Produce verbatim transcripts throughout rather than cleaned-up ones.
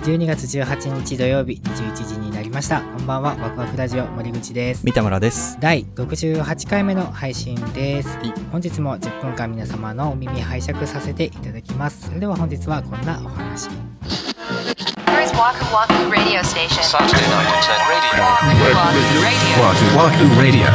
じゅうにがつじゅうはちにち土曜日にじゅういちじになりました。こんばんは、ワクワクラジオ森口です。 三田村です。 だいろくじゅうはちかいめの配信です。本日もじゅっぷんかん皆様のお耳拝借させていただきます。それでは本日はこんなお話。 Here's Waku Waku Radio Station. Saturday night at ten radio. Waku Waku Radio.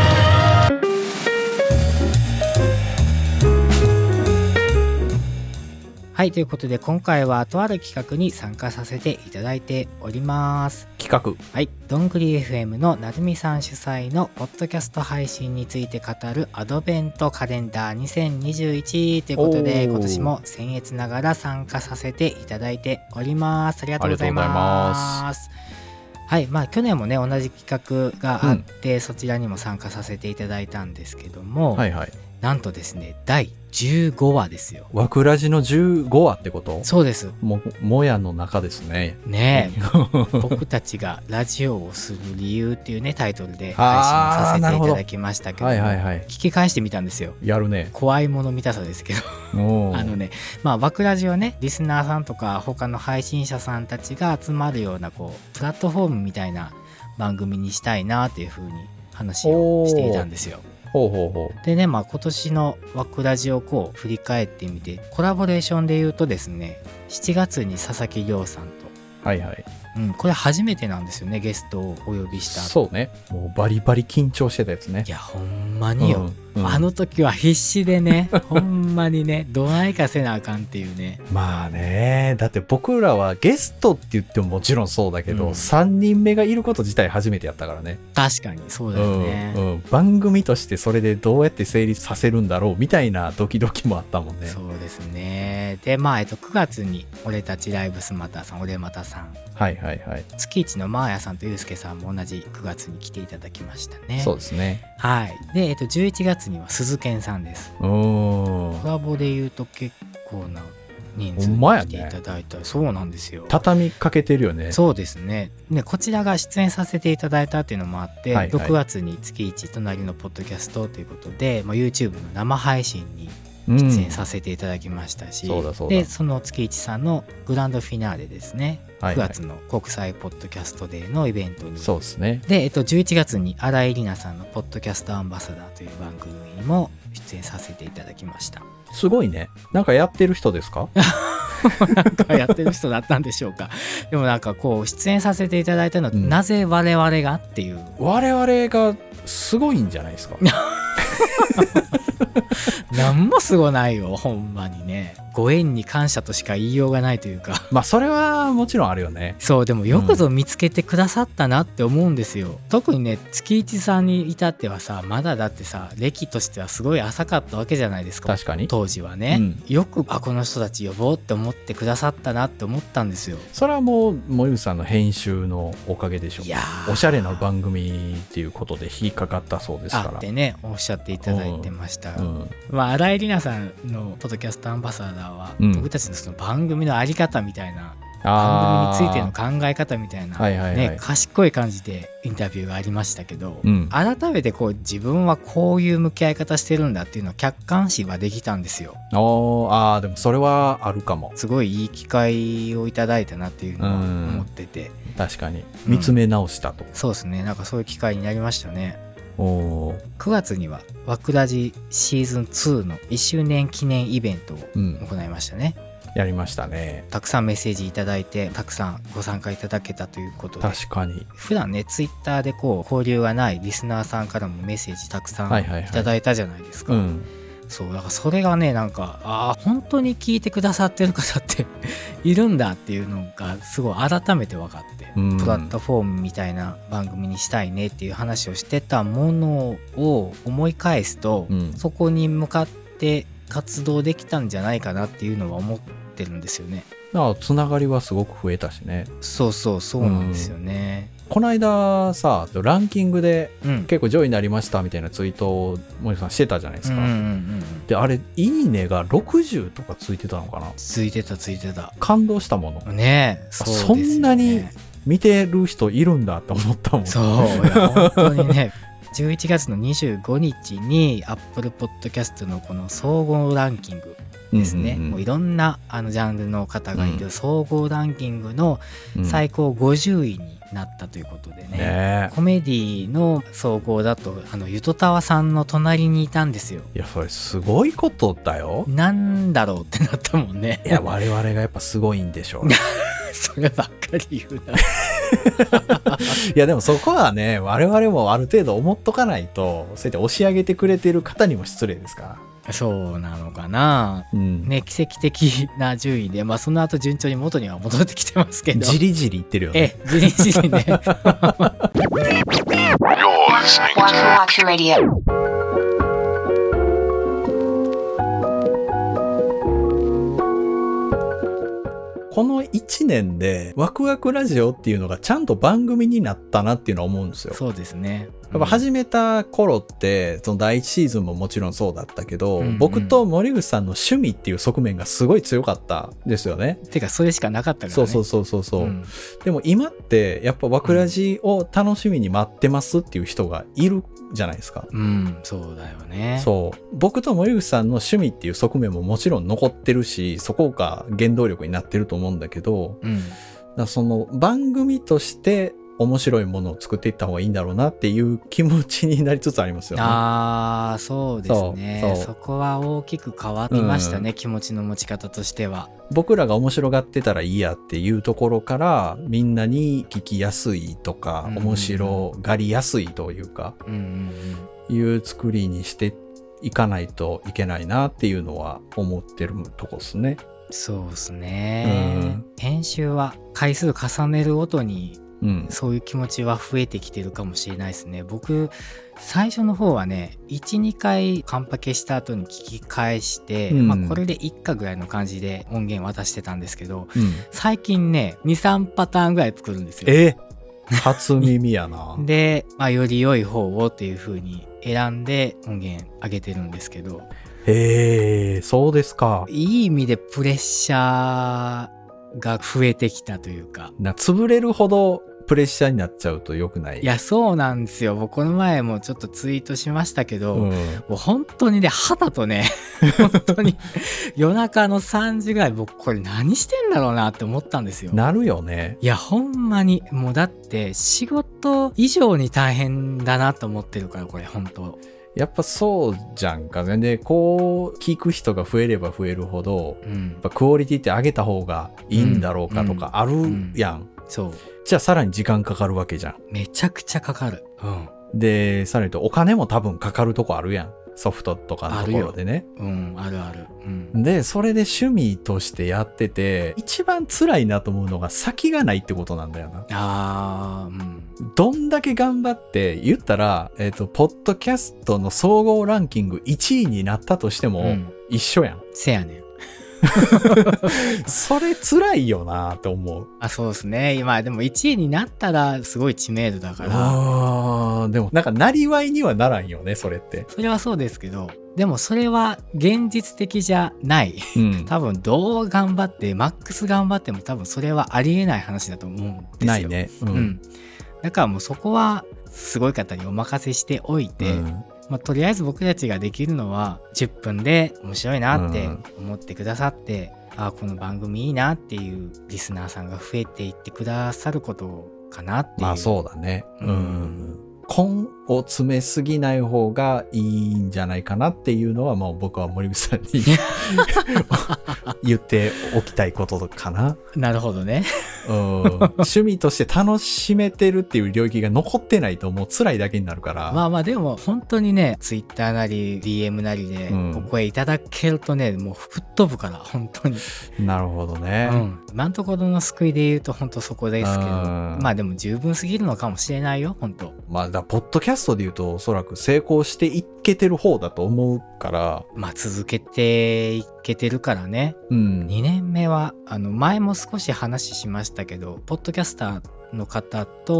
はい、ということで今回はとある企画に参加させていただいております。 企画、 はい、どんぐり エフエム のなるみさん主催のポッドキャスト配信について語るアドベントカレンダーにせんにじゅういちということで、今年も僭越ながら参加させていただいております。ありがとうございます。はい、まあ去年もね同じ企画があって、うん、そちらにも参加させていただいたんですけども、はいはい、なんとですねだいじゅうごわですよ。 ワクラジのじゅうごわってこと？ そうです。 ももやの中ですね。 ねえ僕たちがラジオをする理由っていうねタイトルで配信させていただきましたけど、はいはいはい、聞き返してみたんですよ。 やるね。 怖いもの見たさですけどあのねまあワクラジはねリスナーさんとか他の配信者さんたちが集まるようなこうプラットフォームみたいな番組にしたいなっていう風に話をしていたんですよ。 ほうほうほう。 でね、まあ今年のワクラジをこう振り返ってみて、コラボレーションで言うとですね、しちがつに佐々木亮さんと、 はいはい、 うん、これ初めてなんですよね、ゲストをお呼びした。 そうね、もうバリバリ緊張してたやつね。 いやほんまによ、うんうん、あの時は必死でねほんまにねどないかせなあかんっていうね。 まあね、だって僕らはゲストって言ってももちろんそうだけど、うん、さんにんめがいること自体初めてやったからね。 確かにそうだよね、 うんうん、番組としてそれでどうやって成立させるんだろうみたいなドキドキもあったもんね。 そうですね。でまあ、えっと、くがつに俺たちライブスマタさん、俺またさん、 はいはいはい、 月一のマーヤさんとユうスケさんも同じくがつに来ていただきましたね。 そうですね。 はい。で、えっと、じゅういちがつには鈴賢さんです。 おコラボで言うと結構な人数に来ていただいた、ね、そうなんですよ。 畳みかけてるよね。 そうですね。でこちらが出演させていただいたっていうのもあって、はいはい、ろくがつに月いち隣のポッドキャストということで、まあ、YouTube の生配信に出演させていただきましたし、うん、そうだそうだ。でその月一さんのグランドフィナーレですね、はいはい、くがつの国際ポッドキャストデーのイベントに。 そうですね。 で、えっと、じゅういちがつに新井里奈さんのポッドキャストアンバサダーという番組にも出演させていただきました。 すごいね。なんかやってる人ですか？ なんかやってる人だったんでしょうか。でもなんかこう出演させていただいたのは、うん、なぜ我々がっていう。 我々がすごいんじゃないですか。 なんもすごないよほんまにね。ご縁に感謝としか言いようがないというか。 まあそれはもちろんあるよね。 そう、でもよくぞ見つけてくださったなって思うんですよ、うん、特にね月一さんに至ってはさ、まだだってさ歴としてはすごい浅かったわけじゃないですか。 確かに当時はね、うん、よくあこの人たち呼ぼうって思ってくださったなって思ったんですよ。 それはもう森口さんの編集のおかげでしょう。いやおしゃれな番組っていうことで引っかかったそうですから。 あってねおっしゃっていただいてました、うんうん、まあ新井里奈さんのポッドキャストアンバサダーは、うん、僕たちのその番組のあり方みたいな、番組についての考え方みたいな、はいはいはいね、賢い感じでインタビューがありましたけど、うん、改めてこう自分はこういう向き合い方してるんだっていうのを客観視はできたんですよ。 ああでもそれはあるかも。 すごいいい機会をいただいたなっていうのは思ってて、 確かに見つめ直したと、 うん、そうですね。なんかそういう機会になりましたね。おくがつにはワクラジシーズンツーのいっしゅうねん記念イベントを行いましたね、 うん、やりましたね。 たくさんメッセージいただいてたくさんご参加いただけたということで。 確かに普段ねツイッターでこう交流がないリスナーさんからもメッセージたくさんいただいたじゃないですか、はいはいはい、うんそうだからそれがねなんかあ本当に聞いてくださってる方っているんだっていうのがすごい改めて分かって、うん、プラットフォームみたいな番組にしたいねっていう話をしてたものを思い返すと、うん、そこに向かって活動できたんじゃないかなっていうのは思ってるんですよね。 だからつながりはすごく増えたしね。 そうそうそうなんですよね、 うんこの間さランキングで結構上位になりましたみたいなツイートを森さんしてたじゃないですか、うんうんうん、であれいいねがろくじゅうとかついてたのかな。 ついてたついてた。 感動したものねえ そ, そんなに見てる人いるんだと思ったもん。 そういや本当にねじゅういちがつのにじゅうごにちに Apple Podcast のこの総合ランキングですね、うんうんうん、もういろんなあのジャンルの方がいる総合ランキングの最高ごじゅういになったということでね、うんね、コメディの総合だとあのゆとたわさんの隣にいたんですよ。 いやそれすごいことだよ。 なんだろうってなったもんね。 いや我々がやっぱすごいんでしょうそればっかり言うな。 いやでもそこはね我々もある程度思っとかないと、そうやって押し上げてくれてる方にも失礼ですから。 そうなのかな、うん、ね、奇跡的な順位で、まあその後順調に元には戻ってきてますけど、 じりじりいってるよね。 えじりじりね。 このいちねんでワクワクラジオっていうのがちゃんと番組になったなっていうのは思うんですよ。 そうですね。 やっぱ始めた頃ってそのだいいちシーズンももちろんそうだったけど、うんうん、僕と森口さんの趣味っていう側面がすごい強かったですよね。 てかそれしかなかったからね。 そうそうそうそうそう、うん、でも今ってやっぱワクラジを楽しみに待ってますっていう人がいるじゃないですか。 うん、そうだよね。 そう僕と森口さんの趣味っていう側面ももちろん残ってるし、そこが原動力になってると思うんだけど、うん、だからその番組として面白いものを作っていった方がいいんだろうなっていう気持ちになりつつありますよね。 ああ、そうですね。そ, そこは大きく変わりましたね、うん、気持ちの持ち方としては。 僕らが面白がってたらいいやっていうところから、みんなに聞きやすいとか、うんうんうん、面白がりやすいというか、うんうんうん、いう作りにしていかないといけないなっていうのは思ってるとこですね。 そうですね、うん、編集は回数重ねるごとにうん、そういう気持ちは増えてきてるかもしれないですね。僕最初の方はね いち,に 回カンパケした後に聞き返して、うん、まあこれでいっかぐらいの感じで音源渡してたんですけど、うん、最近ね に,さん パターンぐらい作るんですよ。 え初耳やな。 で、まあ、より良い方をっていう風に選んで音源上げてるんですけど。 へえ、そうですか。 いい意味でプレッシャーが増えてきたというか、 な潰れるほどプレッシャーになっちゃうと良くない。 いやそうなんですよ。僕この前もちょっとツイートしましたけど、うん、もう本当にね肌とね本当に夜中のさんじぐらい僕これ何してんだろうなって思ったんですよ。 なるよね。 いやほんまにもうだって仕事以上に大変だなと思ってるからこれ本当。 やっぱそうじゃんかね。でこう聞く人が増えれば増えるほど、うん、やっぱクオリティって上げた方がいいんだろうかとかあるやん、うんうん、そうじゃあさらに時間かかるわけじゃん。 めちゃくちゃかかる、うん、 でさらにとお金も多分かかるとこあるやん、ソフトとかのところでね。 うん、あるある、うん、 でそれで趣味としてやってて一番辛いなと思うのが先がないってことなんだよな。 あー、うん、 どんだけ頑張って言ったら、えっとポッドキャストの総合ランキングいちいになったとしても、うん、一緒やん。 せやねんそれ辛いよなって思う。 あ、そうですね。今でもいちいになったらすごい知名度だから。 あでもなんかなりわいにはならんよねそれって。 それはそうですけど、でもそれは現実的じゃない、うん、多分どう頑張ってマックス頑張っても多分それはありえない話だと思うんですよ。 ないね、うんうん、 だからもうそこはすごい方にお任せしておいて、うん、まあ、とりあえず僕たちができるのはじゅっぷんで面白いなって思ってくださって、うん、あこの番組いいなっていうリスナーさんが増えていってくださることかなっていう。 まあそうだね、うん、うん根を詰めすぎない方がいいんじゃないかなっていうのはもう僕は森口さんに言っておきたいことかな。 なるほどね。 うん、趣味として楽しめてるっていう領域が残ってないともう辛いだけになるから。 まあまあでも本当にねツイッターなり ディーエム なりでお声いただけるとね、うん、もう吹っ飛ぶから本当に。 なるほどね、 うん、今のところの救いで言うと本当そこですけど、まあでも十分すぎるのかもしれないよ本当。 まあだポッドキャストで言うとおそらく成功していけてる方だと思うから。 まあ続けていけてるからね、 うん、 にねんめはあの前も少し話しましたけどポッドキャスターの方と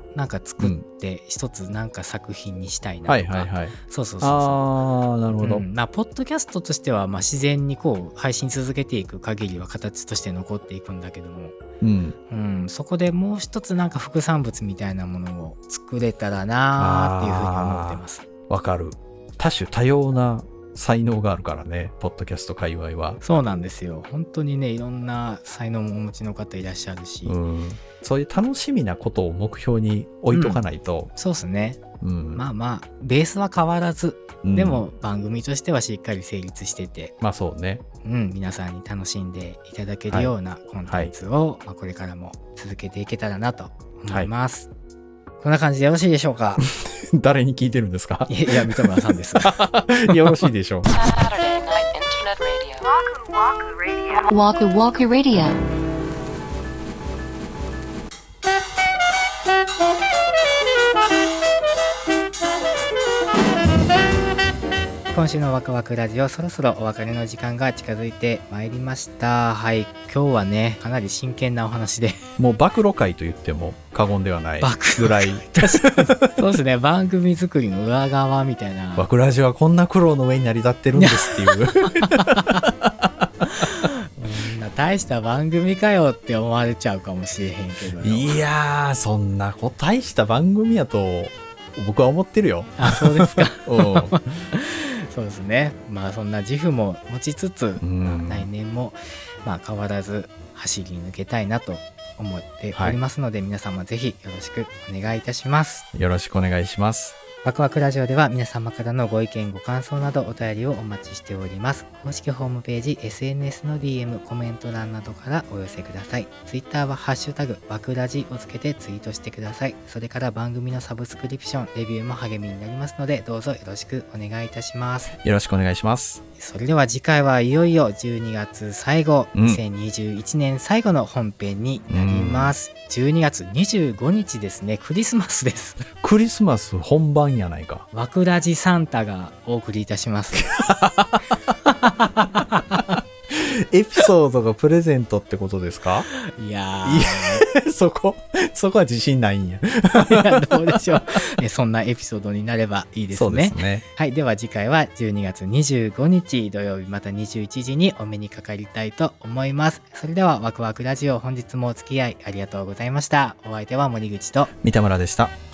なんか作って一つなんか作品にしたいなとか、 はいはいはい、 そうそうそうそう、 ああなるほど、 うん、まあポッドキャストとしてはまあ自然にこう配信続けていく限りは形として残っていくんだけども、 うんうん、そこでもう一つなんか副産物みたいなものを作れたらなーっていうふうに思ってます。 わかる。多種多様な才能があるからね、ポッドキャスト界隈は。 そうなんですよ。本当にね、いろんな才能もお持ちの方いらっしゃるし、うん、 そういう楽しみなことを目標に置いとかないと、 うん、そうですね、うん、まあまあベースは変わらず、うん、でも番組としてはしっかり成立してて、 まあそうね、 うん、皆さんに楽しんでいただけるようなコンテンツを、はいはい、まあ、これからも続けていけたらなと思います、はい、こんな感じでよろしいでしょうか。 誰に聞いてるんですか？ いや、三田村さんです。 よろしいでしょう。 Waku Waku Radio。 今週のワクワクラジオ、そろそろお別れの時間が近づいてまいりました。はい、今日はねかなり真剣なお話で、 もう暴露会と言っても過言ではないぐらいそうですね、番組作りの裏側みたいな、 ワクラジはこんな苦労の上に成り立ってるんですっていう大した番組かよって思われちゃうかもしれへんけど、 いやーそんなこ大した番組やと僕は思ってるよ。 あ、そうですか。そうですね、まあそんな自負も持ちつつ、まあ、来年もまあ変わらず走り抜けたいなと思っておりますので、はい、皆様ぜひよろしくお願いいたします。 よろしくお願いします。 ワクワクラジオでは皆様からのご意見ご感想などお便りをお待ちしております。公式ホームページ、 エスエヌエス の ディーエム、 コメント欄などからお寄せください。ツイッターはハッシュタグワクラジをつけてツイートしてください。それから番組のサブスクリプション、レビューも励みになりますので、どうぞよろしくお願いいたします。 よろしくお願いします。 それでは次回はいよいよじゅうにがつ最後、うん、にせんにじゅういちねん最後の本編になります。じゅうにがつにじゅうごにちですね、クリスマスです。 クリスマス本番やないか。 ワクラジサンタがお送りいたします。 エピソードがプレゼントってことですか？ いやーそこそこは自信ないんや。 いや、どうでしょう。そんなエピソードになればいいですね。 そうですね。 はい、では次回はじゅうにがつにじゅうごにち土曜日、またにじゅういちじにお目にかかりたいと思います。それではワクワクラジオ、本日もお付き合いありがとうございました。お相手は森口と三田村でした。